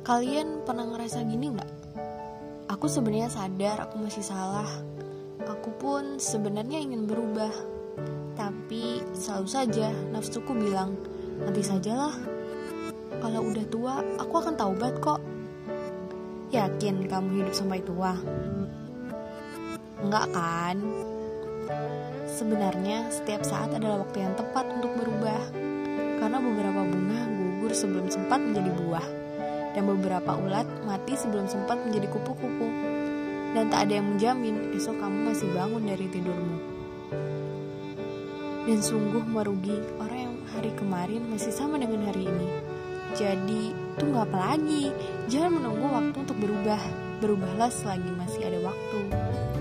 Kalian pernah ngerasa gini gak? Aku sebenarnya sadar aku masih salah. Aku pun sebenarnya ingin berubah. Tapi selalu saja nafsuku bilang, nanti sajalah. Kalau udah tua, aku akan taubat kok. Yakin kamu hidup sampai tua? Enggak kan? Sebenarnya setiap saat adalah waktu yang tepat untuk berubah. Karena beberapa bunga gugur sebelum sempat menjadi buah. Dan beberapa ulat mati sebelum sempat menjadi kupu-kupu. Dan tak ada yang menjamin esok kamu masih bangun dari tidurmu. Dan sungguh merugi orang yang hari kemarin masih sama dengan hari ini. Jadi tunggu apa lagi? Jangan menunggu waktu untuk berubah. Berubahlah selagi masih ada waktu.